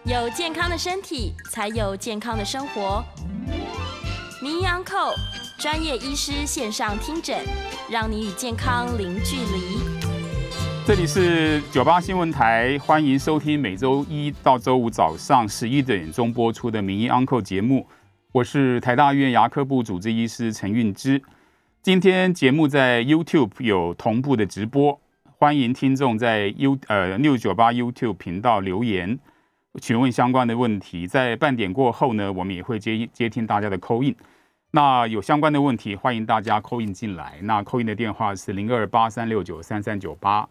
有健康的身体，才有健康的生活。名医安扣专业医师线上听诊，让你与健康零距离。 这里是98新闻台，欢迎收听每周一到周五早上11点钟播出的名医安扣节目。我是台大医院牙科部主治医师陈运之。今天节目在 YouTube 有同步的直播，欢迎听众在698 YouTube 频道留言，询问相关的问题。在半点过后呢，我们也会接听大家的 call in。那有相关的问题，欢迎大家 call in 进来。那 call in 的电话是0283693398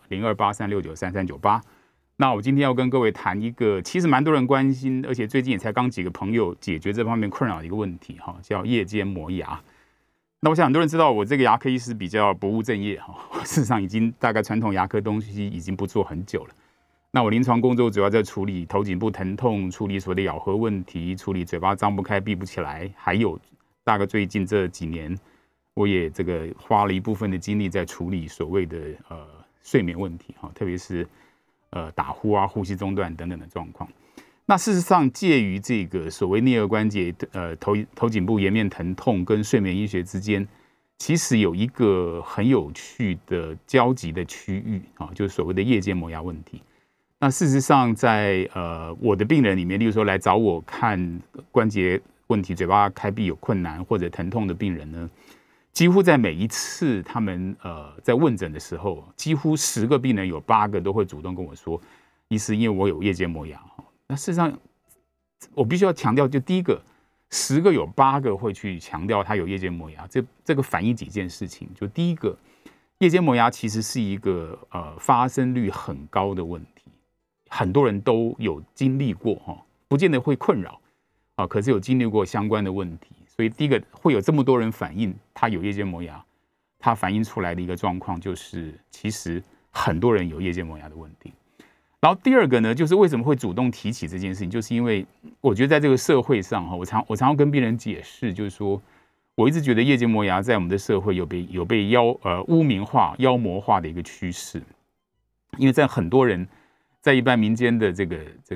0283693398。那我今天要跟各位谈一个，其实蛮多人关心，而且最近也才刚几个朋友解决这方面困扰的一个问题，叫夜间磨牙。那我想很多人知道，我这个牙科医师比较不务正业，事实上已经大概传统牙科东西已经不做很久了。那我临床工作主要在处理头颈部疼痛，处理所谓的咬合问题，处理嘴巴张不开闭不起来，还有大概最近这几年，我也这个花了一部分的精力在处理所谓的睡眠问题，特别是打呼啊、呼吸中断等等的状况。那事实上，介于这个所谓颞颌关节头颈部颜面疼痛跟睡眠医学之间，其实有一个很有趣的交集的区域啊，就是所谓的夜间磨牙问题。那事实上在，我的病人里面，例如说来找我看关节问题、嘴巴开闭有困难或者疼痛的病人呢，几乎在每一次他们在问诊的时候，几乎10个病人有8个都会主动跟我说，医师，因为我有夜间磨牙。那事实上，我必须要强调，就第一个，10个有8个会去强调他有夜间磨牙，这个反映几件事情。就第一个，夜间磨牙其实是一个发生率很高的问题，很多人都有经历过不见得会困扰可是有经历过相关的问题。所以第一个会有这么多人反映他有夜间磨牙，他反映出来的一个状况就是，其实很多人有夜间磨牙的问题。然后第二个呢，就是为什么会主动提起这件事情，就是因为我觉得在这个社会上我常跟病人解释，就是说我一直觉得夜间磨牙在我们的社会有被污名化、妖魔化的一个趋势，因为在很多人在一般民间的这个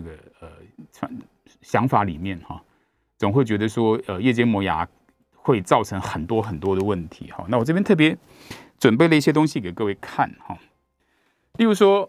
想法里面总会觉得说夜间磨牙会造成很多很多的问题那我这边特别准备了一些东西给各位看例如说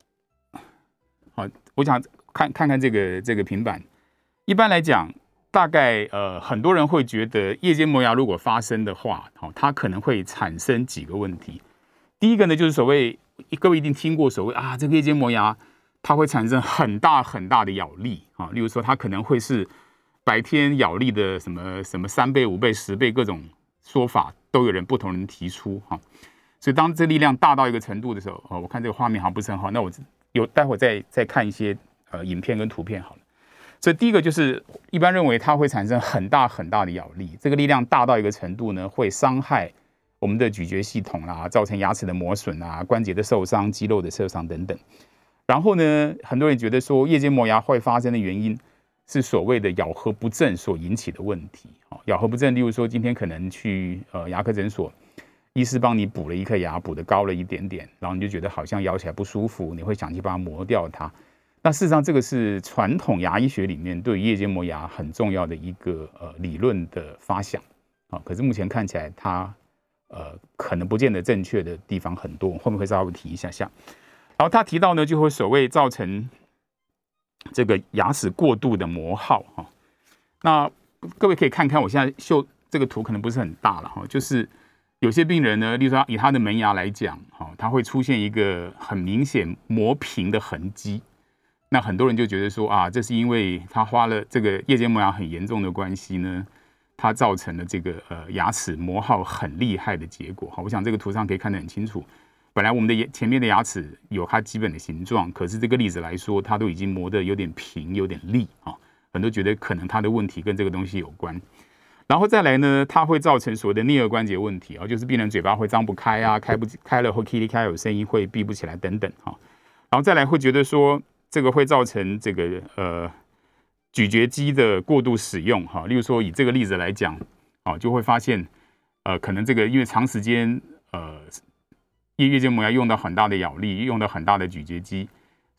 我想看看这个平板。一般来讲，大概很多人会觉得夜间磨牙如果发生的话它可能会产生几个问题。第一个呢，就是所谓各位一定听过所谓这个夜间磨牙它会产生很大很大的咬力例如说它可能会是白天咬力的什么3倍、5倍、10倍，各种说法都有不同人提出所以当这力量大到一个程度的时候我看这个画面好像不是很好，那我待会再看一些影片跟图片好了。所以第一个就是一般认为它会产生很大很大的咬力，这个力量大到一个程度呢，会伤害我们的咀嚼系统啦，造成牙齿的磨损啊、关节的受伤、肌肉的受伤等等。然后呢，很多人觉得说夜间磨牙会发生的原因是所谓的咬合不正所引起的问题。咬合不正，例如说今天可能去牙科诊所，医师帮你补了一颗牙，补得高了一点点，然后你就觉得好像咬起来不舒服，你会想去把它磨掉它。那事实上，这个是传统牙医学里面对夜间磨牙很重要的一个理论的发想可是目前看起来它可能不见得正确的地方很多，后面会稍微提一下下。然后他提到呢，就会所谓造成这个牙齿过度的磨耗那各位可以看看，我现在秀这个图可能不是很大了就是有些病人呢，例如说以他的门牙来讲他会出现一个很明显磨平的痕迹。那很多人就觉得说这是因为他花了这个夜间磨牙很严重的关系呢，它造成了这个牙齿磨耗很厉害的结果我想这个图上可以看得很清楚。本来我们的前面的牙齿有它基本的形状，可是这个例子来说，它都已经磨得有点平、有点利很多觉得可能它的问题跟这个东西有关。然后再来呢，它会造成所谓的颞颌关节问题就是病人嘴巴会张不开开了会 k 开有声音，会闭不起来等等然后再来会觉得说这个会造成这个咀嚼肌的过度使用例如说以这个例子来讲就会发现可能这个因为长时间夜间磨牙用到很大的咬力，用到很大的咀嚼肌，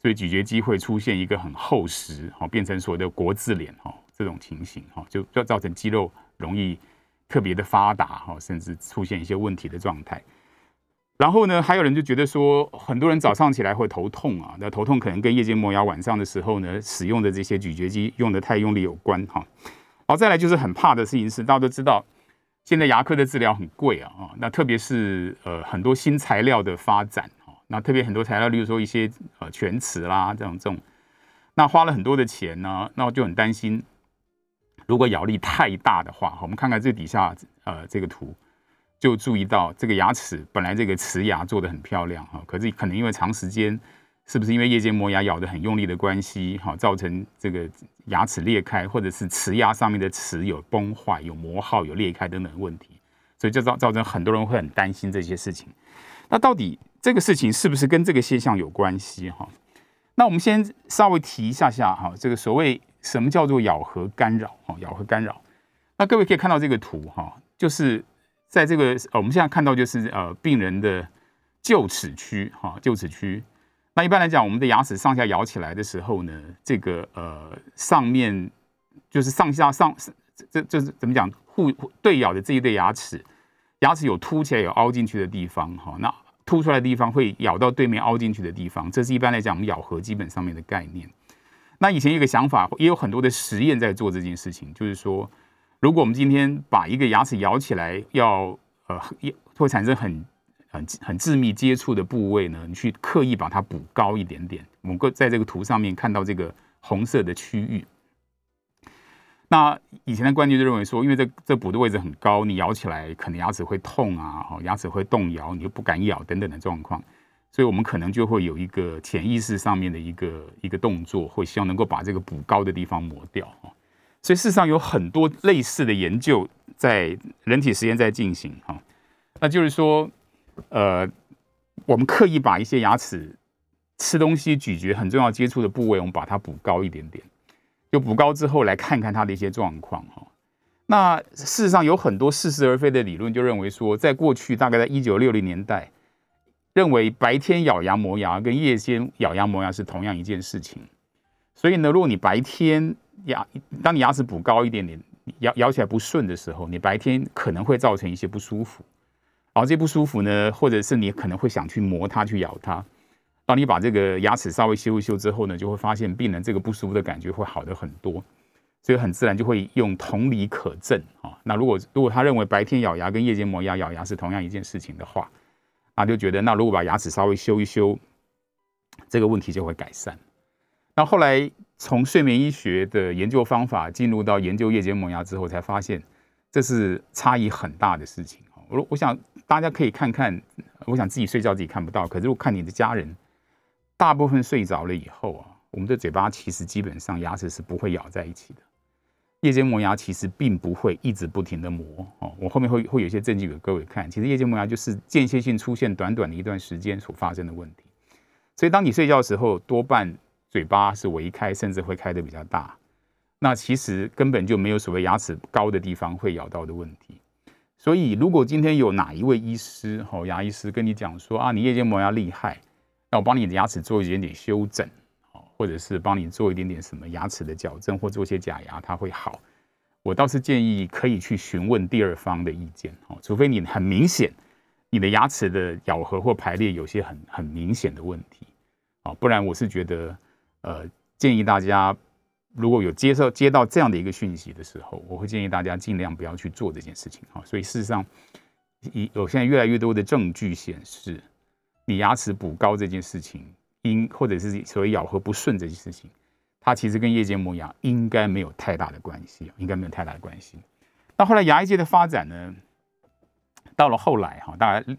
所以咀嚼肌会出现一个很厚实，变成所谓的国字脸这种情形，就造成肌肉容易特别的发达，甚至出现一些问题的状态。然后呢，还有人就觉得说，很多人早上起来会头痛啊，那头痛可能跟夜间磨牙晚上的时候呢使用的这些咀嚼肌用的太用力有关哈。好，再来就是很怕的事情是，大家都知道现在牙科的治疗很贵啊，那特别是很多新材料的发展，那特别很多材料，例如说一些全瓷啦这种，那花了很多的钱呢，那我就很担心，如果咬力太大的话，我们看看这底下这个图。就注意到这个牙齿本来这个瓷牙做得很漂亮可是可能因为长时间是不是因为夜间磨牙咬得很用力的关系造成这个牙齿裂开，或者是瓷牙上面的瓷有崩坏、有磨耗、有裂开等等问题，所以就造成很多人会很担心这些事情。那到底这个事情是不是跟这个现象有关系那我们先稍微提一下这个所谓什么叫做咬合干扰咬合干扰。那各位可以看到这个图就是在这个我们现在看到就是病人的臼齿区臼齿区。那一般来讲，我们的牙齿上下咬起来的时候呢，这个上面就是上下这是怎么讲对咬的这一对牙齿有凸起来有凹进去的地方那凸出来的地方会咬到对面凹进去的地方，这是一般来讲我们咬合基本上面的概念。那以前有一个想法，也有很多的实验在做这件事情，就是说，如果我们今天把一个牙齿咬起来会产生很致密接触的部位呢，你去刻意把它补高一点点。我们在这个图上面看到这个红色的区域。那以前的观念就认为说，因为这补的位置很高，你咬起来可能牙齿会痛啊，牙齿会动摇，你就不敢咬等等的状况。所以我们可能就会有一个潜意识上面的一个动作，会希望能够把这个补高的地方磨掉。所以事实上有很多类似的研究在人体实验在进行那就是说我们刻意把一些牙齿吃东西咀嚼很重要接触的部位，我们把它补高一点点，就补高之后来看看它的一些状况那事实上有很多似是而非的理论，就认为说，在过去大概在1960年代，认为白天咬牙磨牙跟夜间咬牙磨牙是同样一件事情。所以呢，如果你白天当你牙齿补高一点点，咬起来不顺的时候，你白天可能会造成一些不舒服。然后这些不舒服呢，或者是你可能会想去磨它、去咬它。当你把这个牙齿稍微修一修之后呢，就会发现病人这个不舒服的感觉会好的很多，所以很自然就会用同理可证那如果他认为白天咬牙跟夜间磨牙咬牙是同样一件事情的话，那就觉得那如果把牙齿稍微修一修，这个问题就会改善。那后来从睡眠医学的研究方法进入到研究夜间磨牙之后，才发现这是差异很大的事情。我想大家可以看看，我想自己睡觉自己看不到，可是如果看你的家人，大部分睡着了以后我们的嘴巴其实基本上牙齿是不会咬在一起的。夜间磨牙其实并不会一直不停的磨我后面会有一些证据给各位看。其实夜间磨牙就是间歇性出现短短的一段时间所发生的问题。所以当你睡觉的时候，多半嘴巴是微开，甚至会开得比较大。那其实根本就没有所谓牙齿高的地方会咬到的问题。所以如果今天有哪一位医师牙医师跟你讲说你夜间磨牙厉害，那我帮你的牙齿做一点点修整或者是帮你做一点点什么牙齿的矫正，或做些假牙它会好，我倒是建议可以去询问第二方的意见除非你很明显你的牙齿的咬合或排列有些很明显的问题不然我是觉得建议大家如果有接到这样的一个讯息的时候，我会建议大家尽量不要去做这件事情所以事实上有现在越来越多的证据显示，你牙齿补高这件事情或者是所谓咬合不顺这件事情，它其实跟夜间磨牙应该没有太大的关系，那后来牙医界的发展呢，到了后来大概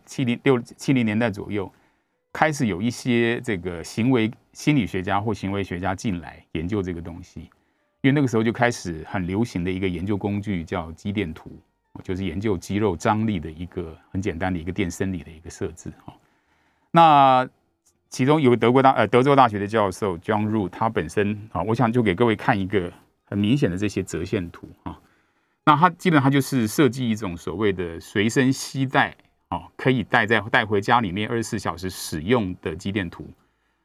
70年代左右，开始有一些这个行为心理学家或行为学家进来研究这个东西。因为那个时候就开始很流行的一个研究工具叫肌电图，就是研究肌肉张力的一个很简单的一个电生理的一个设置那其中有德州大学的教授 John Root， 他本身我想就给各位看一个很明显的这些折线图那他基本上就是设计一种所谓的随身携带可以带回家里面24小时使用的肌电图。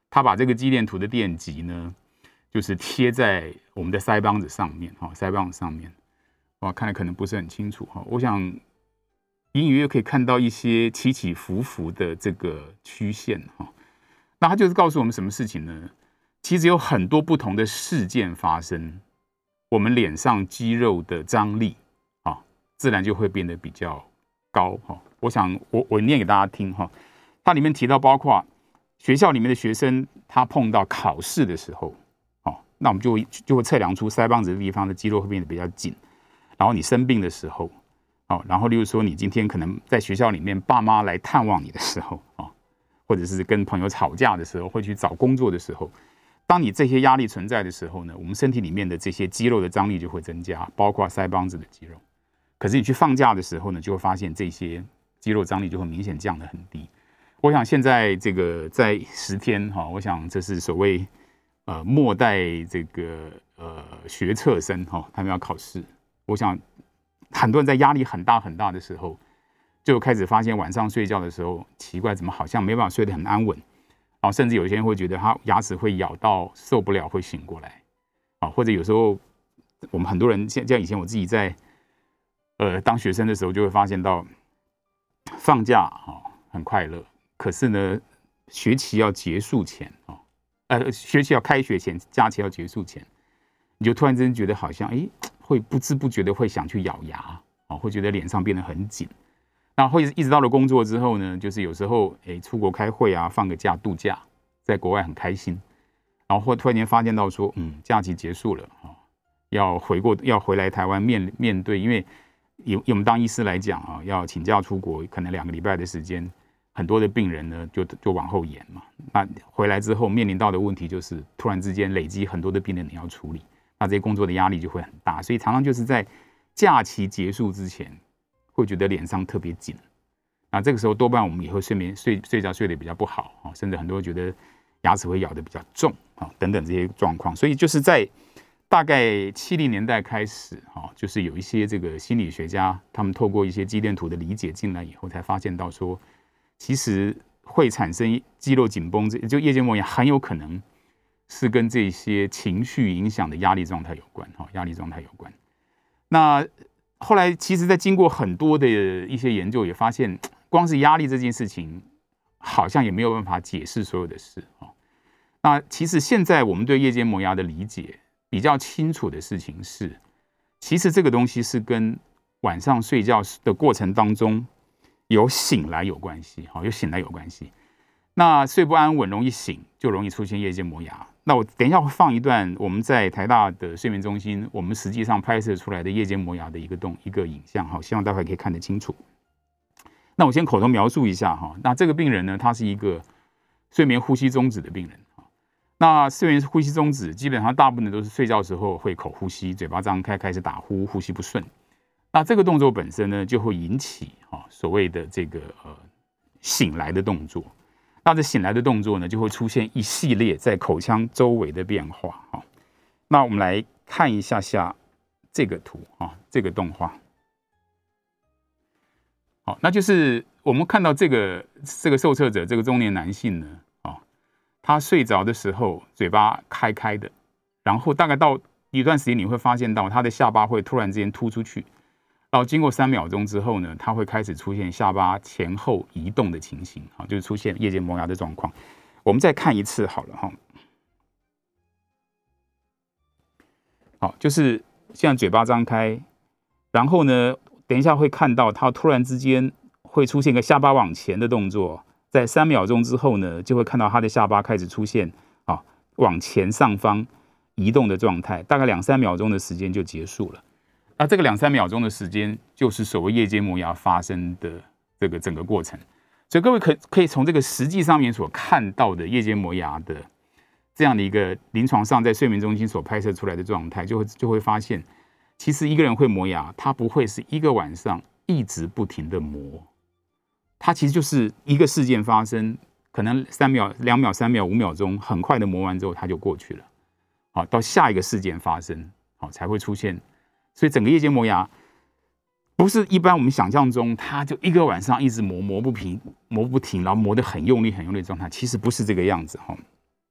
他把这个肌电图的电极呢，就是贴在我们的腮帮子上面，腮帮子上面，哇，看来可能不是很清楚哈。我想隐隐约约可以看到一些起起伏伏的这个曲线哈。那他就是告诉我们什么事情呢？其实有很多不同的事件发生，我们脸上肌肉的张力啊，自然就会变得比较高哈。我想我念给大家听哈。它里面提到，包括学校里面的学生，他碰到考试的时候，那我们就会测量出腮帮子的地方的肌肉会变得比较紧。然后你生病的时候，然后例如说你今天可能在学校里面，爸妈来探望你的时候，或者是跟朋友吵架的时候，会去找工作的时候，当你这些压力存在的时候呢，我们身体里面的这些肌肉的张力就会增加，包括腮帮子的肌肉。可是你去放假的时候呢，就会发现这些肌肉张力就会明显降得很低。我想现在这个在10天哈，我想这是所谓末代这个学测生哈，他们要考试。我想很多人在压力很大很大的时候，就开始发现晚上睡觉的时候奇怪，怎么好像没办法睡得很安稳，然后甚至有些人会觉得他牙齿会咬到受不了会醒过来，或者有时候我们很多人像以前我自己在当学生的时候就会发现到放假很快乐。可是呢，学期要结束前学期要开学前，假期要结束前，你就突然之间觉得好像会不知不觉的会想去咬牙会觉得脸上变得很紧。那会一直到了工作之后呢，就是有时候出国开会啊，放个假度假，在国外很开心，然后突然间发现到说，假期结束了要回来台湾面对，因为以我们当医师来讲要请假出国，可能2个礼拜的时间。很多的病人呢，就往后延嘛。那回来之后面临到的问题就是，突然之间累积很多的病人你要处理，那这些工作的压力就会很大。所以常常就是在假期结束之前，会觉得脸上特别紧。那这个时候多半我们也会睡觉睡得比较不好甚至很多人觉得牙齿会咬得比较重等等这些状况。所以就是在大概70年代开始就是有一些这个心理学家，他们透过一些肌电图的理解进来以后，才发现到说。其实会产生肌肉紧绷，就夜间膜炎很有可能是跟这些情绪影响的压力状态有关，压力状态有关。那后来其实在经过很多的一些研究，也发现光是压力这件事情，好像也没有办法解释所有的事。那其实现在我们对夜间膜压的理解比较清楚的事情是，其实这个东西是跟晚上睡觉的过程当中。有醒来有关系，有醒来有关系。那睡不安稳，容易醒，就容易出现夜间膜牙。那我等一下会放一段我们在台大的睡眠中心，我们实际上拍摄出来的夜间膜牙的一个影像，希望待会可以看得清楚。那我先口头描述一下那这个病人呢，他是一个睡眠呼吸中止的病人。那睡眠呼吸中止，基本上大部分都是睡觉时候会口呼吸，嘴巴张开开始打呼，呼吸不顺。那这个动作本身呢，就会引起所谓的这个醒来的动作。那这醒来的动作呢，就会出现一系列在口腔周围的变化。那我们来看一下这个图这个动画。好，那就是我们看到这个受测者，这个中年男性呢，他睡着的时候嘴巴开开的，然后大概到一段时间，你会发现到他的下巴会突然之间凸出去。然后经过3秒钟之后呢，它会开始出现下巴前后移动的情形，就是出现夜间磨牙的状况。我们再看一次好了哈。好，就是现在嘴巴张开，然后呢，等一下会看到它突然之间会出现一个下巴往前的动作，在3秒钟之后呢，就会看到它的下巴开始出现往前上方移动的状态，大概2-3秒钟的时间就结束了。那这个2-3秒钟的时间，就是所谓夜间磨牙发生的这个整个过程。所以各位可以从这个实际上面所看到的夜间磨牙的这样的一个临床上在睡眠中心所拍摄出来的状态，就会发现，其实一个人会磨牙，他不会是一个晚上一直不停的磨，他其实就是一个事件发生，可能3秒、2秒、3秒、5秒钟，很快的磨完之后，他就过去了。好，到下一个事件发生，才会出现。所以整个夜间磨牙不是一般我们想象中，它就一个晚上一直磨不停，然后磨得很用力的状态，其实不是这个样子。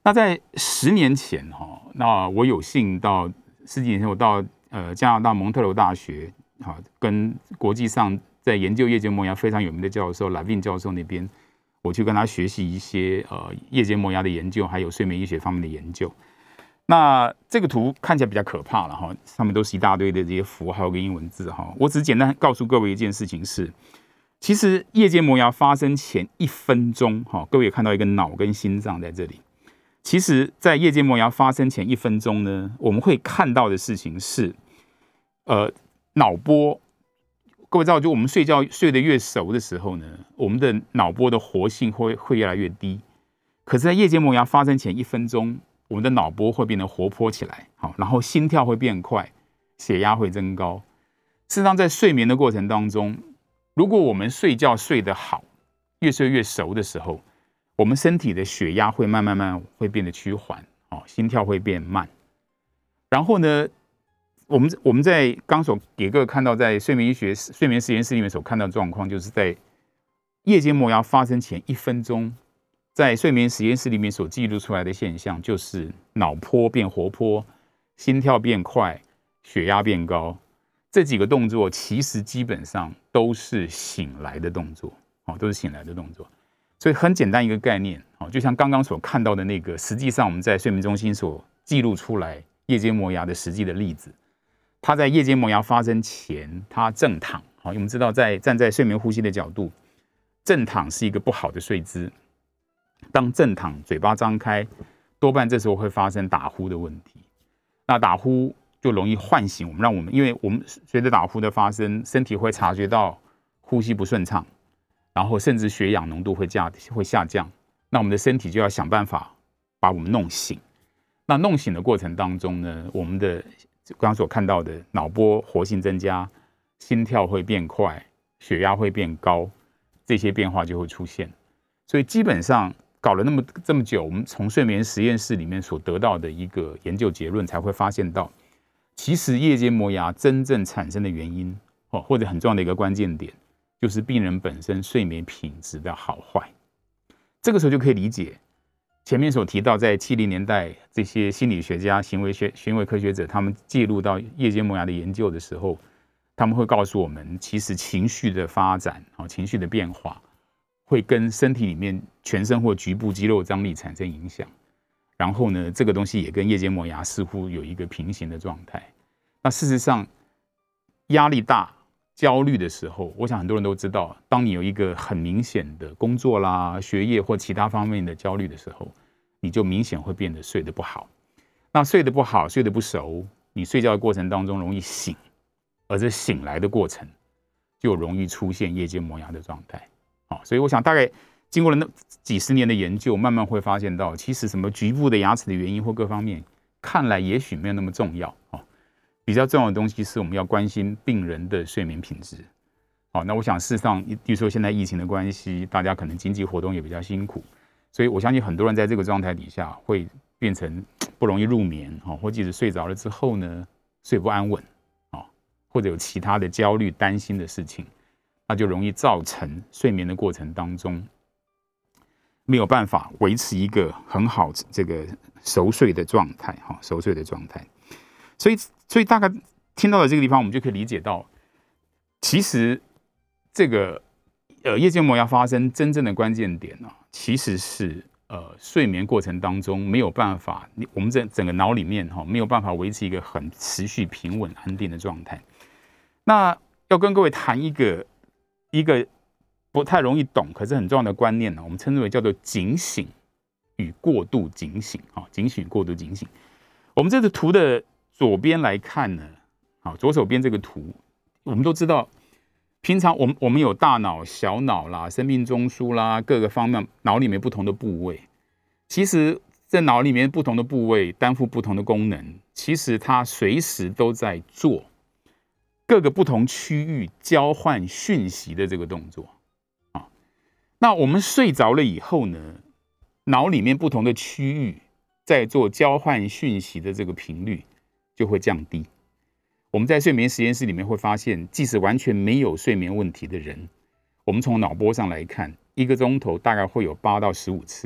那在10年前哈，那我有幸到10几年前，我到加拿大蒙特娄大学，跟国际上在研究夜间磨牙非常有名的教授Lavin教授那边，我去跟他学习一些夜间磨牙的研究，还有睡眠医学方面的研究。那这个图看起来比较可怕了哈，上面都是一大堆的这些符号跟英文字哈。我只是简单告诉各位一件事情是，其实夜间磨牙发生前1分钟哈，各位也看到一个脑跟心脏在这里。其实，在夜间磨牙发生前1分钟呢，我们会看到的事情是，脑波。各位知道，就我们睡觉睡得越熟的时候呢，我们的脑波的活性会越来越低。可是，在夜间磨牙发生前1分钟，我们的脑波会变得活泼起来，好，然后心跳会变快，血压会增高。事实上，在睡眠的过程当中，如果我们睡觉睡得好，越睡越熟的时候，我们身体的血压会慢慢会变得趋缓，心跳会变慢。然后呢，我们在刚所给各位看到，在睡眠医学睡眠实验室里面所看到的状况，就是在夜间磨牙发生前1分钟，在睡眠实验室里面所记录出来的现象，就是脑波变活泼，心跳变快，血压变高。这几个动作其实基本上都是醒来的动作，都是醒来的动作。所以很简单一个概念，就像刚刚所看到的那个，实际上我们在睡眠中心所记录出来夜间磨牙的实际的例子。他在夜间磨牙发生前，他正躺，我们知道站在睡眠呼吸的角度，正躺是一个不好的睡姿。当正躺，嘴巴张开，多半这时候会发生打呼的问题。那打呼就容易唤醒我们，因为我们随着打呼的发生，身体会察觉到呼吸不顺畅，然后甚至血氧浓度会下降。那我们的身体就要想办法把我们弄醒。那弄醒的过程当中呢，我们的刚刚所看到的脑波活性增加，心跳会变快，血压会变高，这些变化就会出现。所以基本上搞了这么久，我们从睡眠实验室里面所得到的一个研究结论，才会发现到，其实夜间磨牙真正产生的原因，或者很重要的一个关键点，就是病人本身睡眠品质的好坏。这个时候就可以理解前面所提到，在70年代这些心理学家、行为科学者，他们介入到夜间磨牙的研究的时候，他们会告诉我们，其实情绪的发展、情绪的变化，会跟身体里面全身或局部肌肉张力产生影响。然后呢，这个东西也跟夜间磨牙似乎有一个平行的状态。那事实上，压力大、焦虑的时候，我想很多人都知道，当你有一个很明显的工作啦、学业或其他方面的焦虑的时候，你就明显会变得睡得不好。那睡得不好、睡得不熟，你睡觉的过程当中容易醒，而这醒来的过程就容易出现夜间磨牙的状态。所以我想大概经过了那几十年的研究，慢慢会发现到，其实什么局部的牙齿的原因或各方面，看来也许没有那么重要。比较重要的东西是我们要关心病人的睡眠品质。那我想事实上，比如说现在疫情的关系，大家可能经济活动也比较辛苦，所以我相信很多人在这个状态底下会变成不容易入眠，或即使睡着了之后呢，睡不安稳，或者有其他的焦虑、担心的事情，那就容易造成睡眠的过程当中没有办法维持一个很好这个熟睡的状态，熟睡的状态。所以大概听到的这个地方，我们就可以理解到，其实这个夜间磨牙发生真正的关键点呢，其实是睡眠过程当中没有办法，我们整个脑里面没有办法维持一个很持续平稳安定的状态。那要跟各位谈一个不太容易懂，可是很重要的观念呢，我们称之为叫做警醒与过度警醒。警醒与过度警醒。我们这个图的左边来看呢，左手边这个图，我们都知道，平常我们有大脑、小脑啦、生命中枢啦，各个方面脑里面不同的部位。其实，在脑里面不同的部位担负不同的功能，其实它随时都在做各个不同区域交换讯息的这个动作。那我们睡着了以后呢，脑里面不同的区域在做交换讯息的这个频率就会降低。我们在睡眠实验室里面会发现，即使完全没有睡眠问题的人，我们从脑波上来看，1个钟头大概会有8到15次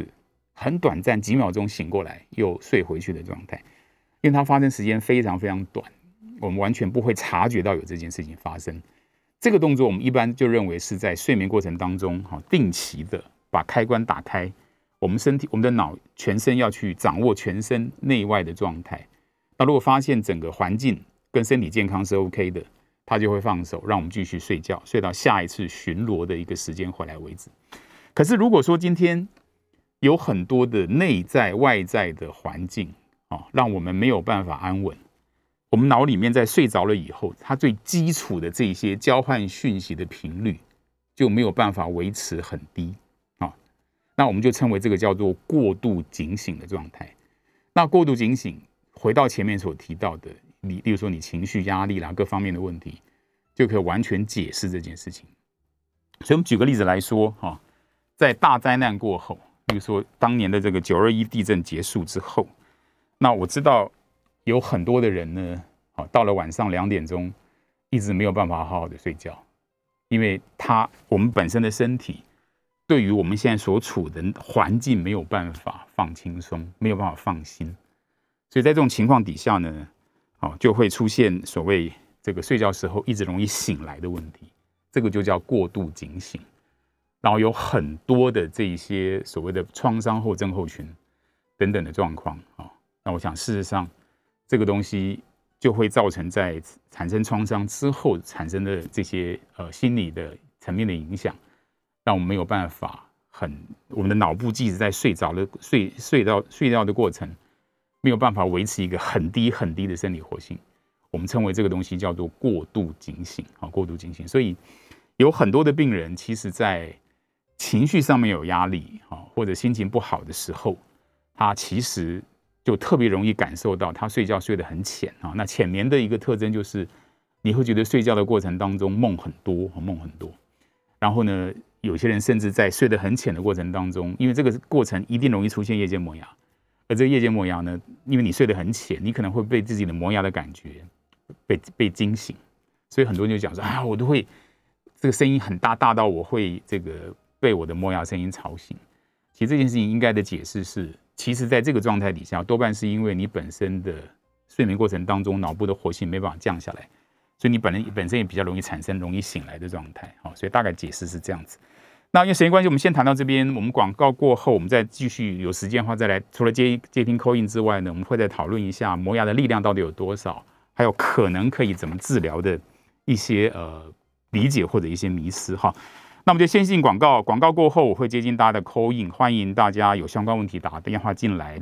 很短暂几秒钟醒过来又睡回去的状态，因为它发生时间非常非常短，我们完全不会察觉到有这件事情发生。这个动作我们一般就认为是在睡眠过程当中定期的把开关打开，我们身体我们的脑全身要去掌握全身内外的状态。那如果发现整个环境跟身体健康是 OK 的，他就会放手让我们继续睡觉，睡到下一次巡逻的一个时间回来为止。可是如果说今天有很多的内在外在的环境让我们没有办法安稳，我们脑里面在睡着了以后，它最基础的这些交换讯息的频率就没有办法维持很低那我们就称为这个叫做过度警醒的状态。那过度警醒，回到前面所提到的，例如说你情绪压力啦各方面的问题，就可以完全解释这件事情。所以我们举个例子来说在大灾难过后，比如说当年的这个921地震结束之后，那我知道有很多的人呢到了晚上2点钟一直没有办法好好的睡觉，因为我们本身的身体对于我们现在所处的环境没有办法放轻松，没有办法放心，所以在这种情况底下呢就会出现所谓这个睡觉时候一直容易醒来的问题，这个就叫过度警醒。然后有很多的这些所谓的创伤后症候群等等的状况那我想事实上这个东西就会造成在产生创伤之后产生的这些心理的层面的影响，让我们没有办法我们的脑部即使在睡觉的过程没有办法维持一个很低很低的生理活性，我们称为这个东西叫做过度警醒过度警醒。所以有很多的病人其实在情绪上面有压力或者心情不好的时候，他其实就特别容易感受到他睡觉睡得很浅那浅眠的一个特征就是你会觉得睡觉的过程当中梦很多，然后呢有些人甚至在睡得很浅的过程当中，因为这个过程一定容易出现夜间磨牙，而这个夜间磨牙呢，因为你睡得很浅，你可能会被自己的磨牙的感觉被惊醒，所以很多人就讲说我都会这个声音很大到我会这个被我的磨牙声音吵醒。其实这件事情应该的解释是，其实在这个状态底下多半是因为你本身的睡眠过程当中脑部的活性没办法降下来，所以你本身也比较容易产生容易醒来的状态所以大概解释是这样子。那因为时间关系我们先谈到这边，我们广告过后我们再继续有时间的话再来，除了接听 call in 之外呢，我们会再讨论一下磨牙的力量到底有多少，还有可能可以怎么治疗的一些理解或者一些迷思那我们就先进广告，广告过后我会接近大家的 call in， 欢迎大家有相关问题打电话进来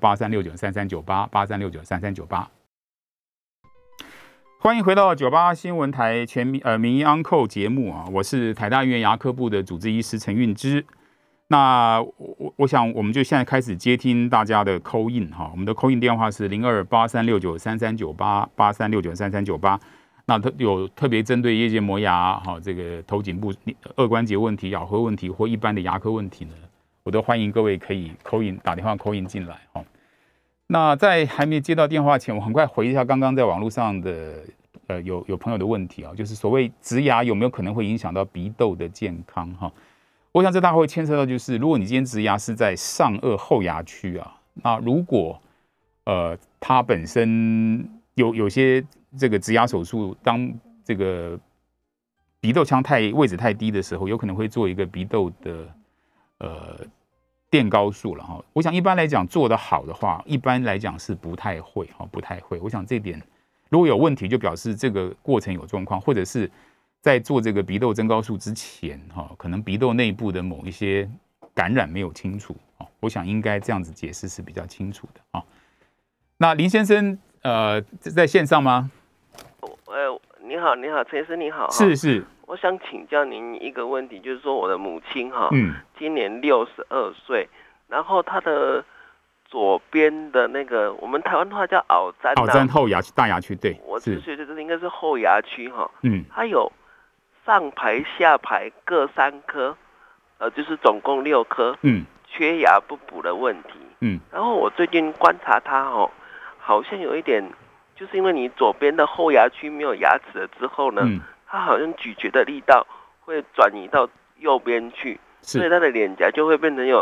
0283693398 欢迎回到98新闻台名医 Uncle 节目我是台大医院牙科部的主治医师陈运之。那我想我们就现在开始接听大家的 call in 我们的 call in 电话是0283693398 那有特别针对夜间磨牙这个头颈部颚关节问题、咬合问题或一般的牙科问题呢，我都欢迎各位可以 call in 打电话 call in 进来那在还没接到电话前，我很快回一下刚刚在网络上的有朋友的问题就是所谓植牙有没有可能会影响到鼻窦的健康我想这大概会牵涉到就是如果你今天植牙是在上颚后牙区那如果它本身有些这个植牙手术，当这个鼻窦腔位置太低的时候，有可能会做一个鼻窦的垫高术了我想一般来讲做得好的话，一般来讲是不太会。我想这点如果有问题，就表示这个过程有状况，或者是在做这个鼻窦增高术之前可能鼻窦内部的某一些感染没有清楚我想应该这样子解释是比较清楚的那林先生在线上吗？ 你好，陈医师你好。 是， 我想请教您一个问题，就是说我的母亲今年62岁，然后她的左边的那个我们台湾话叫螯簪后牙区大牙区，对， 我是觉得这应该是后牙区她有上排下排各3颗，就是总共6颗，缺牙不补的问题，然后我最近观察她好像有一点。就是因为你左边的后牙区没有牙齿了之后呢，它好像咀嚼的力道会转移到右边去，所以它的脸颊就会变成有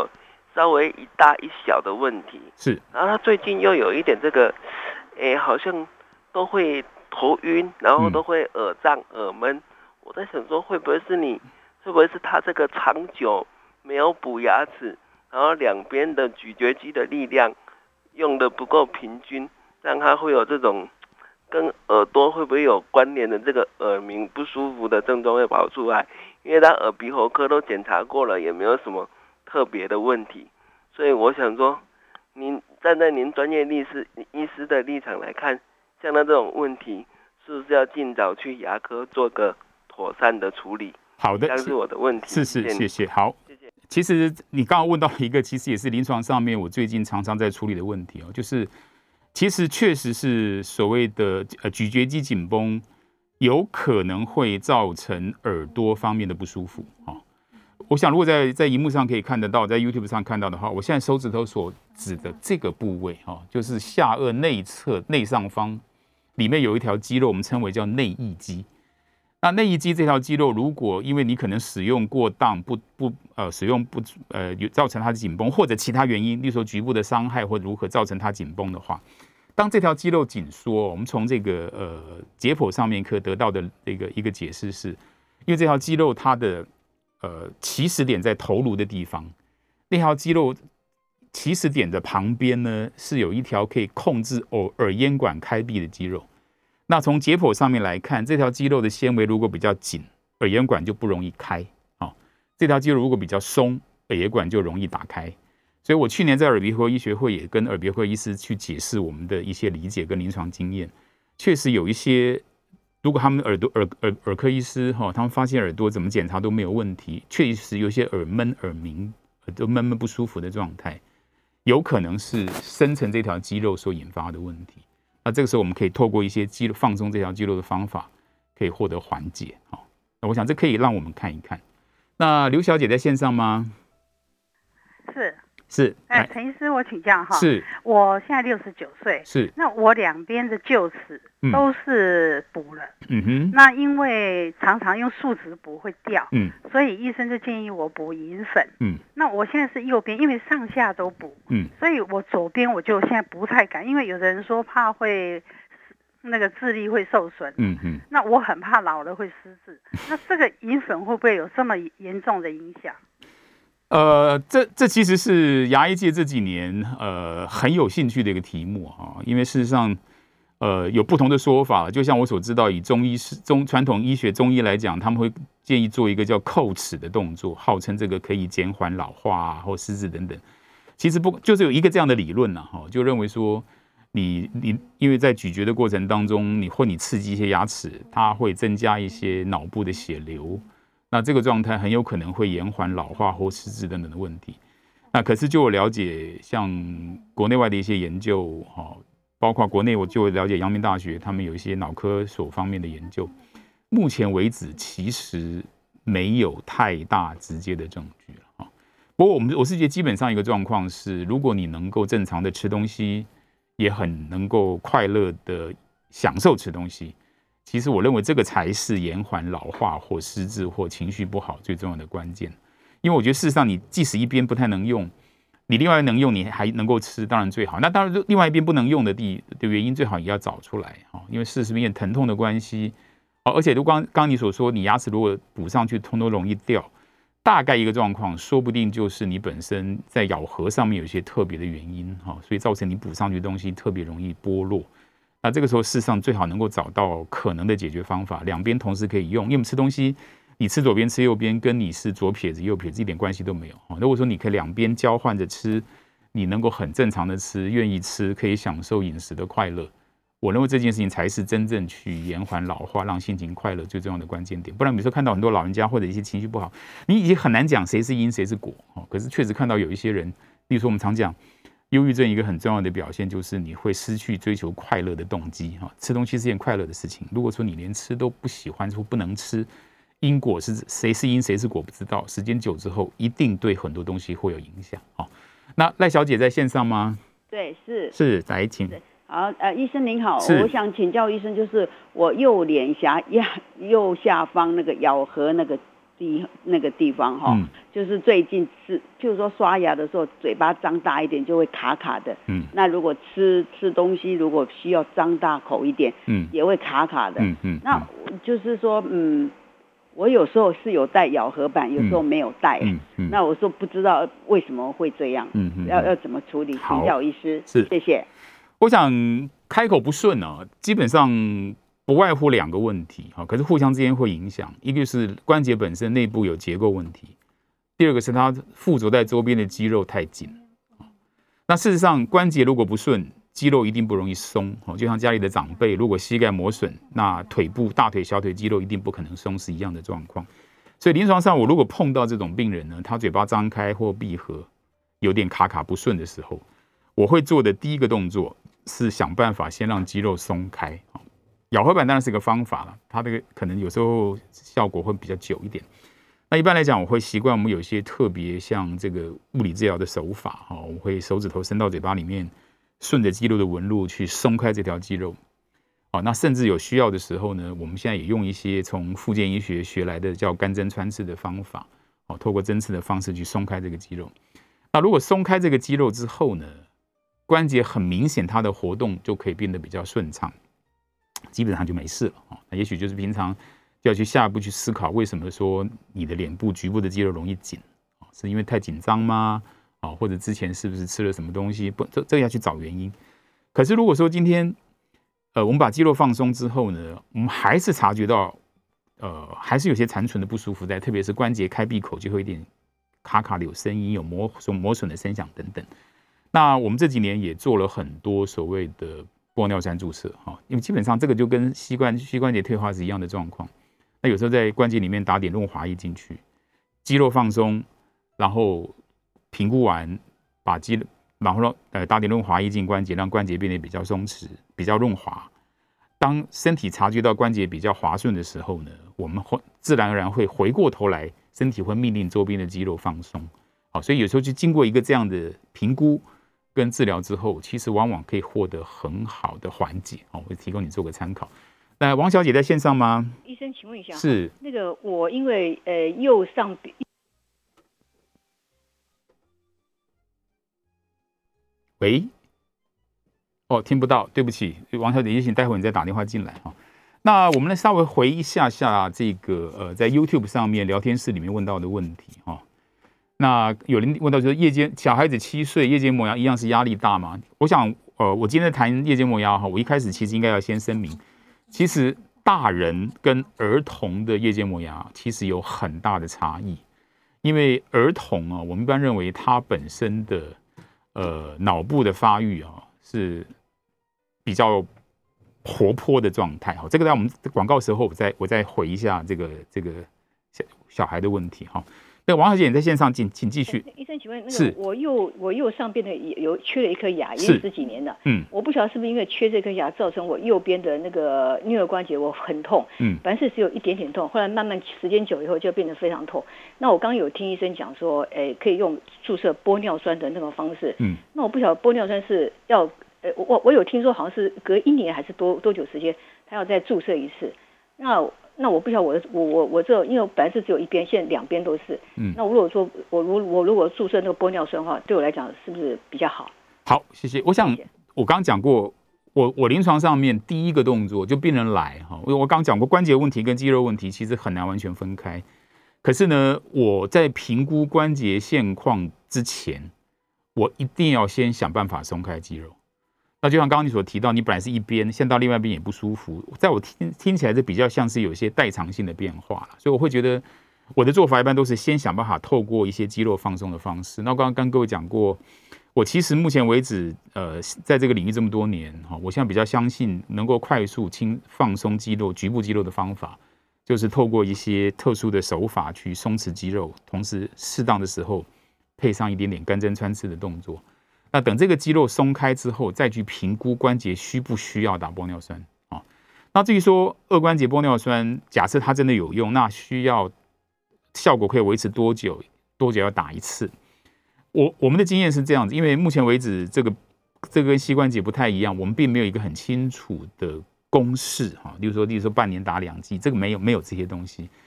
稍微一大一小的问题。 是， 然后他最近又有一点这个，好像都会头晕，然后都会耳胀、耳闷。我在想说，会不会是他这个长久没有补牙齿，然后两边的咀嚼肌的力量用的不够平均，让他会有这种跟耳朵会不会有关联的这个耳鸣不舒服的症状会跑出来？因为他耳鼻喉科都检查过了，也没有什么特别的问题，所以我想说，您站在您专业医师的立场来看，像他这种问题，是不是要尽早去牙科做个妥善的处理？ 好的， 这是我的问题。 是，谢谢。好，谢谢。其实你刚刚问到一个，其实也是临床上面我最近常常在处理的问题哦，就是其实确实是所谓的咀嚼肌紧绷，有可能会造成耳朵方面的不舒服啊。我想如果在荧幕上可以看得到，在 YouTube 上看到的话，我现在手指头所指的这个部位啊，就是下颚内侧内上方里面有一条肌肉，我们称为叫内翳肌。那内翳肌这条肌肉，如果因为你可能使用过当，使用造成它的紧绷，或者其他原因，例如说局部的伤害或如何造成它紧绷的话，当这条肌肉紧缩，我们从这个解剖上面可得到的一个解释是，因为这条肌肉它的起始点在头颅的地方，那条肌肉起始点的旁边呢是有一条可以控制耳咽管开闭的肌肉。那从解剖上面来看，这条肌肉的纤维如果比较紧，耳咽管就不容易开。这条肌肉如果比较松，耳咽管就容易打开。所以我去年在耳鼻喉医学会也跟耳鼻喉医师去解释我们的一些理解跟临床经验，确实有一些，如果他们耳科医师他们发现耳朵怎么检查都没有问题，确实有一些耳闷、耳鸣、耳朵闷闷不舒服的状态，有可能是深层这条肌肉所引发的问题。那这个时候我们可以透过一些肌肉放松这条肌肉的方法，可以获得缓解。那我想这可以让我们看一看。那刘小姐在线上吗？是。 陈医师，我请教哈。 是。 我现在69岁。 是。 那我两边的臼齿都是补了。那因为常常用树脂补会掉。所以医生就建议我补银粉。那我现在是右边，因为上下都补。所以我左边我就现在不太敢，因为有的人说怕会那个智力会受损。那我很怕老了会失智。那这个银粉会不会有这么严重的影响？ 这其实是牙医界这几年很有兴趣的一个题目啊，因为事实上有不同的说法，就像我所知道，以传统医学中医来讲，他们会建议做一个叫叩齿的动作，号称这个可以减缓老化或失智等等。其实就是有一个这样的理论就认为说你因为在咀嚼的过程当中，你刺激一些牙齿，它会增加一些脑部的血流。那这个状态很有可能会延缓老化或失智等等的问题。那可是就我了解，像国内外的一些研究，包括国内我就了解阳明大学他们有一些脑科所方面的研究，目前为止其实没有太大直接的证据了。不过我是觉得基本上一个状况是，如果你能够正常的吃东西，也很能够快乐的享受吃东西，其实我认为这个才是延缓老化或失智或情绪不好最重要的关键。因为我觉得事实上你即使一边不太能用，你另外能用你还能够吃，当然最好。那当然另外一边不能用的原因最好也要找出来，因为事实因为疼痛的关系，而且如刚刚你所说，你牙齿如果补上去通通容易掉，大概一个状况说不定就是你本身在咬合上面有一些特别的原因，所以造成你补上去的东西特别容易剥落。那这个时候事实上最好能够找到可能的解决方法，两边同时可以用。因为我们吃东西，你吃左边吃右边，跟你是左撇子右撇子一点关系都没有。如果说你可以两边交换着吃，你能够很正常的吃，愿意吃，可以享受饮食的快乐，我认为这件事情才是真正去延缓老化，让心情快乐最重要的关键点。不然比如说看到很多老人家或者一些情绪不好，你已经很难讲谁是因谁是果。可是确实看到有一些人，例如说我们常讲忧郁症一个很重要的表现就是你会失去追求快乐的动机。吃东西是件快乐的事情，如果说你连吃都不喜欢或不能吃，因果是谁是因谁是果不知道，时间久之后一定对很多东西会有影响。那赖小姐在线上吗？ 对， 是来请。 好，医生您好，我想请教医生，就是我右脸颊右下方那个咬合那个那个地方哈，就是最近譬如说刷牙的时候，嘴巴张大一点就会卡卡的。那如果吃东西，如果需要张大口一点，也会卡卡的。那就是说，我有时候是有带咬合板，有时候没有带。那我说不知道为什么会这样，要怎么处理？请教医师。 是， 谢谢。 我想开口不顺啊，基本上不外乎2个问题，可是互相之间会影响。一个是关节本身内部有结构问题，第二个是它附着在周边的肌肉太紧。那事实上，关节如果不顺，肌肉一定不容易松。就像家里的长辈，如果膝盖磨损，那腿部、大腿、小腿肌肉一定不可能松，是一样的状况。所以临床上，我如果碰到这种病人呢，他嘴巴张开或闭合，有点卡卡不顺的时候，我会做的第一个动作是想办法先让肌肉松开。咬合板当然是个方法了，它这个可能有时候效果会比较久一点。那一般来讲，我会习惯我们有一些特别像这个物理治疗的手法，我会手指头伸到嘴巴里面，顺着肌肉的纹路去松开这条肌肉。那甚至有需要的时候呢，我们现在也用一些从复健医学学来的叫干针穿刺的方法，透过针刺的方式去松开这个肌肉。那如果松开这个肌肉之后呢，关节很明显它的活动就可以变得比较顺畅，基本上就没事了。那也许就是平常就要去下一步去思考，为什么说你的脸部局部的肌肉容易紧，是因为太紧张吗？或者之前是不是吃了什么东西？这个要去找原因。可是如果说今天我们把肌肉放松之后呢，我们还是察觉到还是有些残存的不舒服在，特别是关节开闭口就会有点卡卡的有声音，有磨损的声响等等。那我们这几年也做了很多所谓的玻尿酸注射，因为基本上这个就跟膝关节退化是一样的状况。那有时候在关节里面打点润滑液进去，肌肉放松，然后评估完，然后打点润滑液进关节，让关节变得比较松弛、比较润滑。当身体察觉到关节比较滑顺的时候呢，我们自然而然会回过头来，身体会命令周边的肌肉放松。所以有时候就经过一个这样的评估跟治疗之后，其实往往可以获得很好的缓解。我会提供你做个参考。那王小姐在线上吗？ 医生，请问一下， 是那个我因为右上喂，听不到，对不起，王小姐，也请待会你再打电话进来。那我们来稍微回一下这个在 YouTube 上面聊天室里面问到的问题。那有人问到就是夜间小孩子7岁夜间磨牙一样是压力大吗？我想我今天在谈夜间磨牙，我一开始其实应该要先声明，其实大人跟儿童的夜间磨牙其实有很大的差异。因为儿童我们一般认为他本身的脑部的发育是比较活泼的状态。这个在我们广告时候我再回一下这个小孩的问题。那王小姐你在线上，请继续。 医生，请问那个我右上边的有缺了一颗牙，已经10几年了。我不晓得是不是因为缺这颗牙造成我右边的那个颞颌关节我很痛。本来是只有一点点痛，后来慢慢时间久以后就变得非常痛。那我刚刚有听医生讲说，可以用注射玻尿酸的那种方式。那我不晓得玻尿酸是要我有听说好像是隔1年还是多久时间，他要再注射一次。那我不晓得我这因为我本来是只有一边，现在2边都是。那如果说我如果注射那个玻尿酸的话，对我来讲是不是比较好？ 好，谢谢。我想我刚刚讲过，我临床上面第一个动作就病人来我刚刚讲过关节问题跟肌肉问题其实很难完全分开。可是呢，我在评估关节现况之前，我一定要先想办法松开肌肉。那就像刚刚你所提到，你本来是一边，现在到另外一边也不舒服，在我听起来，这比较像是有一些代偿性的变化了。所以我会觉得，我的做法一般都是先想办法透过一些肌肉放松的方式。那我刚刚跟各位讲过，我其实目前为止，在这个领域这么多年，我现在比较相信能够快速放松肌肉、局部肌肉的方法，就是透过一些特殊的手法去松弛肌肉，同时适当的时候配上一点点干针穿刺的动作。那等这个肌肉松开之后，再去评估关节需不需要打玻尿酸。那至于说2关节玻尿酸，假设它真的有用，那需要效果可以维持多久要打1次？我们的经验是这样子，因为目前为止这个跟膝关节不太一样，我们并没有一个很清楚的公式。例如说半年打2剂，这个没有这些东西。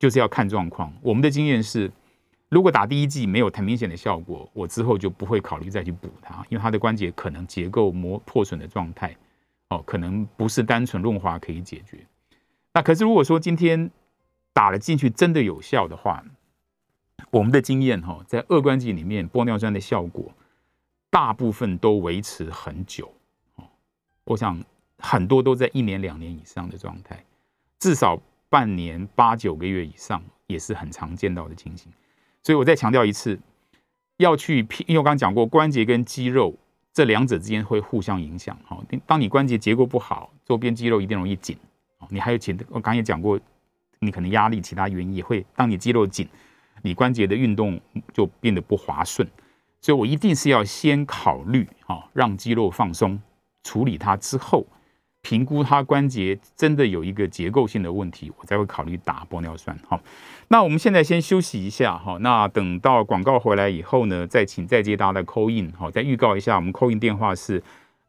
就是要看状况。我们的经验是，如果打第一剂没有很明显的效果，我之后就不会考虑再去补它，因为它的关节可能结构破损的状态，可能不是单纯润滑可以解决。那可是如果说今天打了进去真的有效的话，我们的经验在二关节里面玻尿酸的效果大部分都维持很久，我想很多都在1年2年以上的状态，至少半年8、9个月以上也是很常见到的情形。所以我再强调一次，要去，因为我刚刚讲过，关节跟肌肉这两者之间会互相影响。当你关节结构不好，周边肌肉一定容易紧。你还有我刚刚也讲过，你可能压力其他原因也会，当你肌肉紧，你关节的运动就变得不滑顺。所以我一定是要先考虑让肌肉放松，处理它之后，评估它关节真的有一个结构性的问题，我才会考虑打玻尿酸。那我们现在先休息一下，那等到广告回来以后呢，再接大家的 call in， 再预告一下，我们 call in 电话是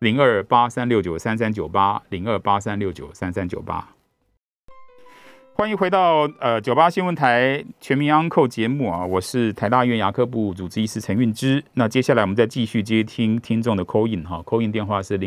0283693398，0283693398。欢迎回到98新闻台全民安扣节目啊，我是台大医院牙科部主治医师陈运之。那接下来我们再继续接听听众的 call in 哈 ，call in 电话是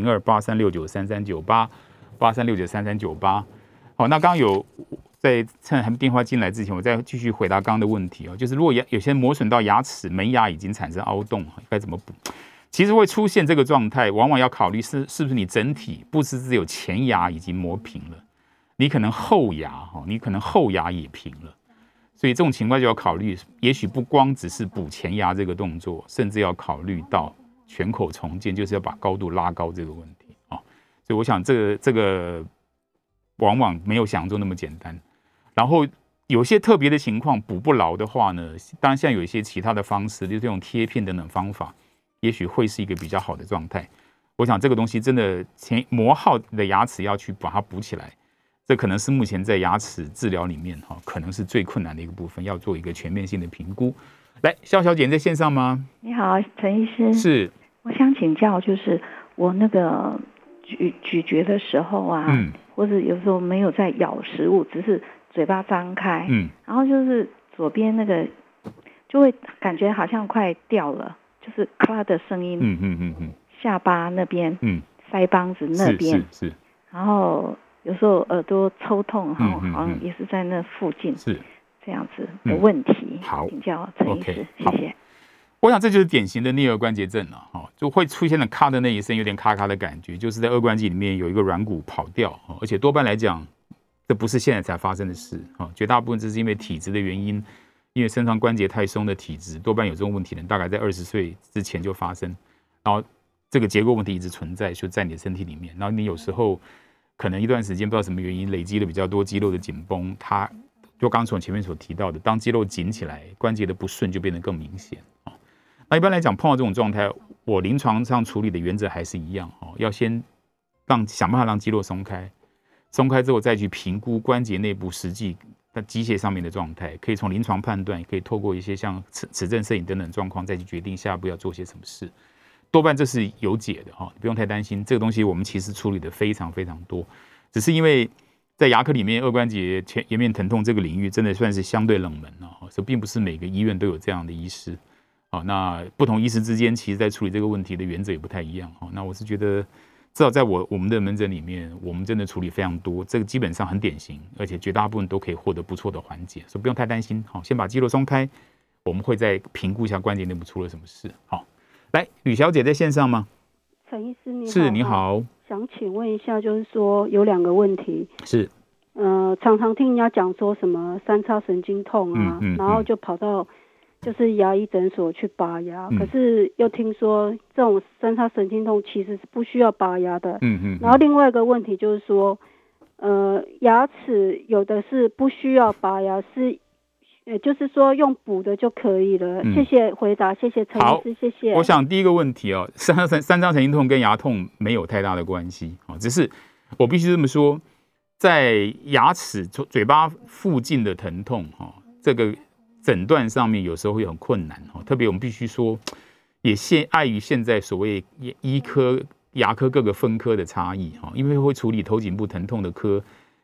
0283693398，83693398。好，那刚刚有在趁还没电话进来之前，我再继续回答刚刚的问题哦，就是如果有些磨损到牙齿门牙已经产生凹洞，该怎么补？其实会出现这个状态，往往要考虑是不是你整体不是只有前牙已经磨平了。你可能后牙也平了，所以这种情况就要考虑，也许不光只是补前牙这个动作，甚至要考虑到全口重建，就是要把高度拉高这个问题啊。所以我想这个往往没有想象中那么简单。然后有些特别的情况补不牢的话呢，当然现在有一些其他的方式，就是用贴片等等方法，也许会是一个比较好的状态。我想这个东西真的磨耗的牙齿要去把它补起来。这可能是目前在牙齿治疗里面可能是最困难的一个部分，要做一个全面性的评估。来，肖小姐在线上吗？ 你好，陈医师。 是， 我想请教，就是我那个咀嚼的时候啊，或者有时候没有在咬食物，只是嘴巴张开，然后就是左边那个就会感觉好像快掉了，就是咔的声音，下巴那边，腮帮子那边， 是， 然后有时候耳朵抽痛，好像也是在那附近，是这样子的问题。 好， 请教陈医师，谢谢。 我想这就是典型的颞颌关节症了，就会出现了咔的那一声，有点咔咔的感觉，就是在颚关节里面有一个软骨跑掉，而且多半来讲，这不是现在才发生的事，绝大部分这是因为体质的原因，因为身上关节太松的体质，多半有这种问题的人，大概在20岁之前就发生，然后这个结构问题一直存在，就在你的身体里面，然后你有时候可能一段时间不知道什么原因累积了比较多肌肉的紧绷，它就刚从前面所提到的，当肌肉紧起来，关节的不顺就变得更明显。那一般来讲，碰到这种状态，我临床上处理的原则还是一样，要先想办法让肌肉松开，松开之后再去评估关节内部实际在机械上面的状态，可以从临床判断，也可以透过一些像齿振摄影等等状况，再去决定下一步要做些什么事。多半这是有解的，不用太担心。这个东西我们其实处理的非常非常多，只是因为在牙科里面，颚关节颜面疼痛这个领域真的算是相对冷门，所以并不是每个医院都有这样的医师。那不同医师之间，其实在处理这个问题的原则也不太一样。那我是觉得，至少在我们的门诊里面，我们真的处理非常多，这个基本上很典型，而且绝大部分都可以获得不错的缓解，所以不用太担心。先把肌肉松开，我们会再评估一下关节内部出了什么事。好。来，吕小姐在线上吗？ 陈医师你好。 是，你好。 想请问一下，就是说有2个问题。 是。 常常听人家讲说什么三叉神经痛啊，然后就跑到就是牙医诊所去拔牙，可是又听说这种三叉神经痛其实是不需要拔牙的。然后另外一个问题就是说，牙齿有的是不需要拔牙，就是说用补的就可以了。谢谢回答，谢谢陈医师，谢谢。 我想第一个问题三叉神经痛跟牙痛没有太大的关系，只是我必须这么说，在牙齿嘴巴附近的疼痛这个诊断上面有时候会很困难，特别我们必须说，也碍于现在所谓医科牙科各个分科的差异，因为会处理头颈部疼痛的科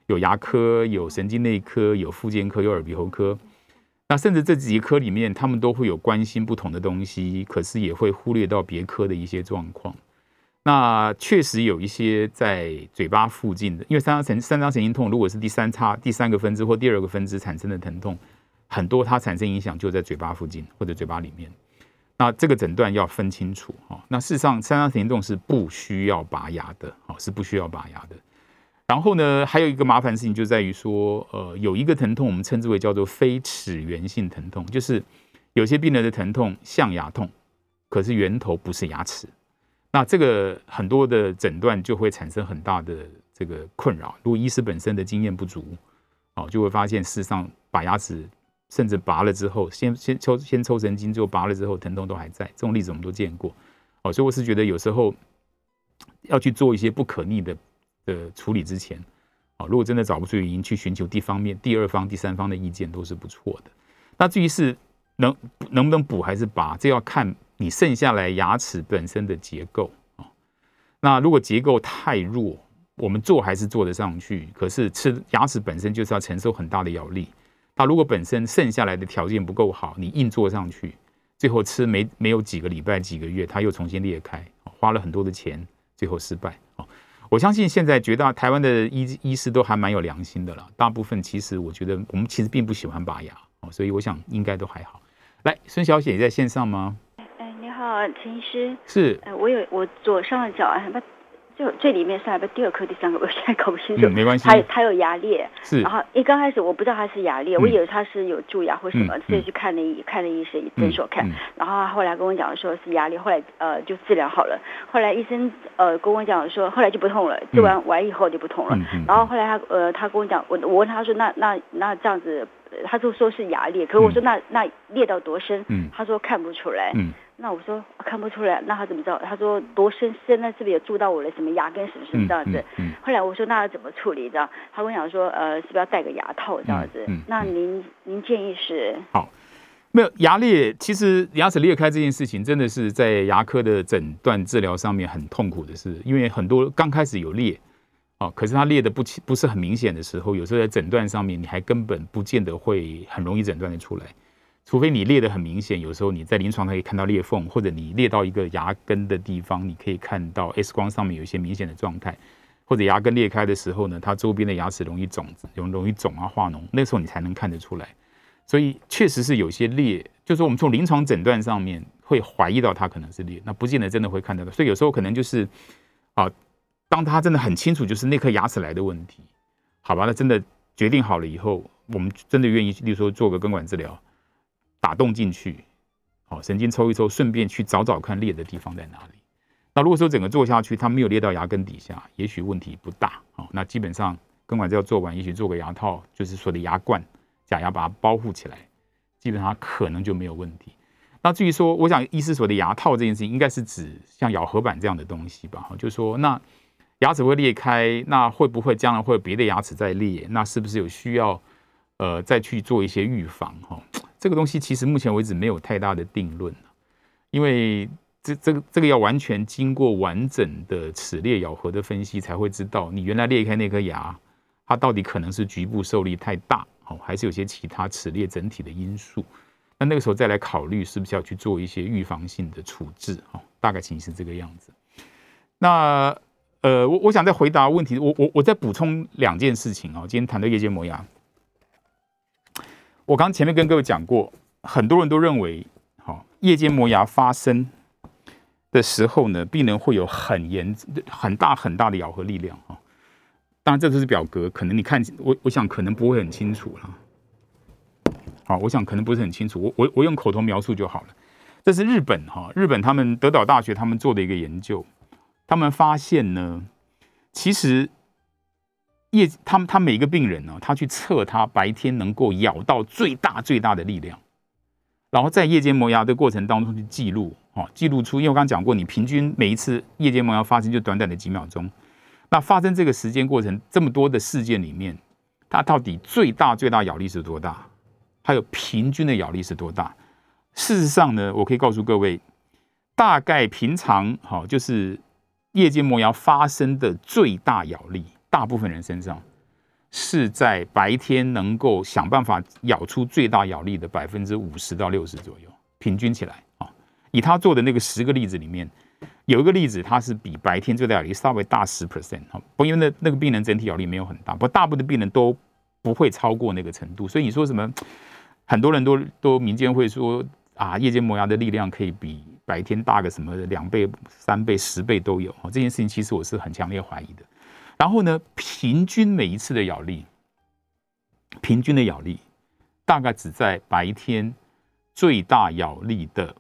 有牙科、有神经内科、有复健科、有耳鼻喉科。那甚至这几科里面，他们都会有关心不同的东西，可是也会忽略到别科的一些状况。那确实有一些在嘴巴附近的，因为三张神经痛，如果是第三个分支或第2个分支产生的疼痛，很多它产生影响就在嘴巴附近或者嘴巴里面。那这个诊断要分清楚。那事实上，三张神经痛是不需要拔牙的，是不需要拔牙的。然后呢，还有一个麻烦事情就在于说，有一个疼痛我们称之为叫做非齿源性疼痛，就是有些病人的疼痛像牙痛，可是源头不是牙齿。那这个很多的诊断就会产生很大的这个困扰。如果医师本身的经验不足，就会发现事实上把牙齿甚至拔了之后，先抽神经，最后拔了之后疼痛都还在，这种例子我们都见过。所以我是觉得有时候要去做一些不可逆的处理之前，如果真的找不出原因，去寻求第2方、第3方的意见都是不错的。那至于是能不能补还是拔，这要看你剩下来牙齿本身的结构。那如果结构太弱，我们做还是做得上去，可是牙齿本身就是要承受很大的咬力。那如果本身剩下来的条件不够好，你硬做上去，最后吃没有几个礼拜、几个月，它又重新裂开，花了很多的钱，最后失败。我相信现在台湾的医师都还蛮有良心的啦，大部分其实我觉得我们其实并不喜欢拔牙，所以我想应该都还好。来，孙小姐，你在线上吗？ 你好，陈医师。 是。 我左上的脚就最里面是第2颗、第3颗，我现在搞不清楚。 没关系。 它有牙裂。 是。 然后刚开始我不知道它是牙裂，我以为它是有蛀牙或什么，所以去看了医生诊所看，然后后来跟我讲说是牙裂，后来就治疗好了。后来医生跟我讲说，后来就不痛了，治完以后就不痛了。然后后来他跟我讲，我问他说那这样子，他就说是牙裂，可是我说那裂到多深？他说看不出来。那我说看不出来，那他怎么知道？他说多深？现在是不是有蛀到我的什么牙根？是不是这样子？后来我说那要怎么处理？这样他跟我讲说，是不是要戴个牙套这样子？那您建议是？ 好，没有牙裂，其实牙齿裂开这件事情，真的是在牙科的诊断治疗上面很痛苦的事，因为很多刚开始有裂，可是它裂的不是很明显的时候，有时候在诊断上面你还根本不见得会很容易诊断的出来。除非你裂得很明显，有时候你在临床上可以看到裂缝，或者你裂到一个牙根的地方，你可以看到 X 光上面有一些明显的状态，或者牙根裂开的时候呢，它周边的牙齿容易肿啊、化脓，那时候你才能看得出来。所以确实是有些裂，就是我们从临床诊断上面会怀疑到它可能是裂，那不见得真的会看得到。所以有时候可能就是当它真的很清楚就是那颗牙齿来的问题，好吧，那真的决定好了以后，我们真的愿意，例如说做个根管治疗。打洞进去，神经抽一抽，顺便去找看裂的地方在哪里。那如果说整个做下去，它没有裂到牙根底下，也许问题不大。那基本上根管治疗做完，也许做个牙套，就是所谓的牙冠、假牙把它包覆起来，基本上可能就没有问题。那至于说，我想医师所谓的牙套这件事情，应该是指像咬合板这样的东西吧？就是说，那牙齿会裂开，那会不会将来会有别的牙齿在裂？那是不是有需要再去做一些预防？这个东西其实目前为止没有太大的定论，因为这个要完全经过完整的齿列咬合的分析，才会知道你原来裂开那颗牙，它到底可能是局部受力太大，还是有些其他齿列整体的因素。那个时候再来考虑是不是要去做一些预防性的处置，大概情形是这个样子。那我想再回答问题，我再补充2件事情。今天谈到夜间磨牙。我刚前面跟各位讲过，很多人都认为，夜间磨牙发生的时候呢，病人会有很大的咬合力量。当然这都是表格，可能你看我想可能不会很清楚了。好，我想可能不是很清楚，我用口头描述就好了。这是日本他们德岛大学他们做的一个研究，他们发现呢，其实。他每一个病人呢，他去测他白天能够咬到最大的力量，然后在夜间磨牙的过程当中去记录出，因为我刚刚讲过，你平均每一次夜间磨牙发生就短短的几秒钟，那发生这个时间过程这么多的事件里面，它到底最大咬力是多大？还有平均的咬力是多大？事实上呢，我可以告诉各位，大概平常就是夜间磨牙发生的最大咬力。大部分人身上是在白天能够想办法咬出最大咬力的50%到60%左右，平均起来啊。以他做的那个10个例子里面，有一个例子它是比白天最大咬力稍微大10%，不因为那个病人整体咬力没有很大，不过大部分的病人都不会超过那个程度，所以你说什么，很多人都民间会说啊，夜间磨牙的力量可以比白天大个什么2倍、3倍、10倍都有，这件事情其实我是很强烈怀疑的。然后呢，平均每一次的咬力，平均的咬力大概只在白天最大咬力的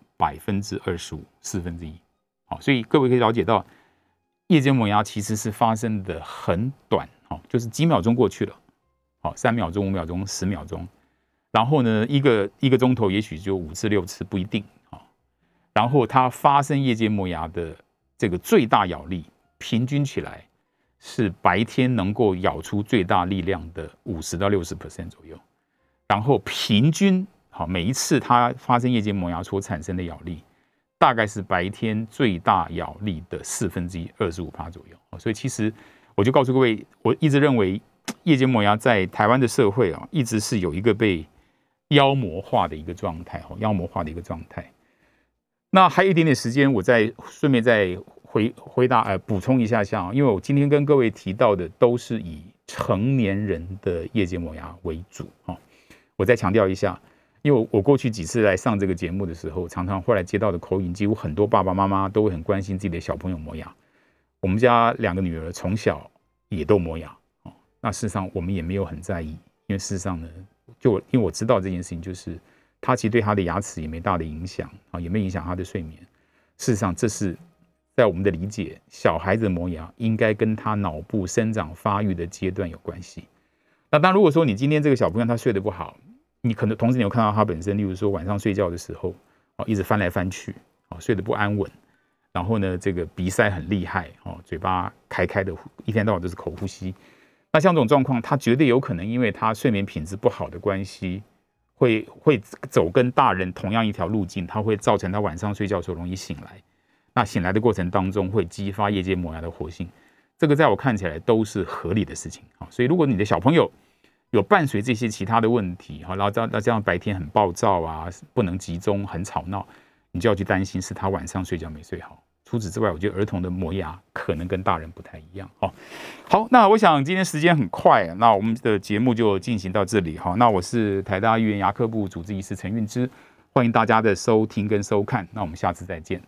25%，四分之一。好，所以各位可以了解到，夜间磨牙其实是发生的很短，就是几秒钟过去了，好，3秒钟、5秒钟、10秒钟，然后呢，一个钟头也许就5次6次不一定，然后它发生夜间磨牙的这个最大咬力，平均起来是白天能够咬出最大力量的50%到60% 左右，然后平均好每一次它发生夜间磨牙所产生的咬力，大概是白天最大咬力的1/4 25% 左右。所以其实我就告诉各位，我一直认为夜间磨牙在台湾的社会啊，一直是有一个被妖魔化的一个状态，妖魔化的一个状态。那还有一点点时间，我再顺便再回答补充一下，因为我今天跟各位提到的都是以成年人的夜间磨牙为主，我再强调一下，因为我过去几次来上这个节目的时候，常常后来接到的口音，几乎很多爸爸妈妈都会很关心自己的小朋友磨牙。我们家2个女儿从小也都磨牙，那事实上我们也没有很在意，因为事实上呢，因为我知道这件事情，就是它其实对他的牙齿也没大的影响，也没影响他的睡眠。事实上，这是在我们的理解，小孩子的磨牙应该跟他脑部生长发育的阶段有关系。那当然，如果说你今天这个小朋友他睡得不好，你可能同时你有看到他本身，例如说晚上睡觉的时候，一直翻来翻去，睡得不安稳，然后呢，这个鼻塞很厉害，嘴巴开的，一天到晚都是口呼吸。那像这种状况，他绝对有可能因为他睡眠品质不好的关系，会走跟大人同样一条路径，它会造成他晚上睡觉的时候容易醒来。那醒来的过程当中会激发夜间磨牙的活性，这个在我看起来都是合理的事情。所以如果你的小朋友有伴随这些其他的问题，然后再加上白天很暴躁啊，不能集中，很吵闹，你就要去担心是他晚上睡觉没睡好。除此之外，我觉得儿童的磨牙可能跟大人不太一样。好，那我想今天时间很快，那我们的节目就进行到这里。那我是台大医院牙科部主治医师陈运之，欢迎大家的收听跟收看，那我们下次再见。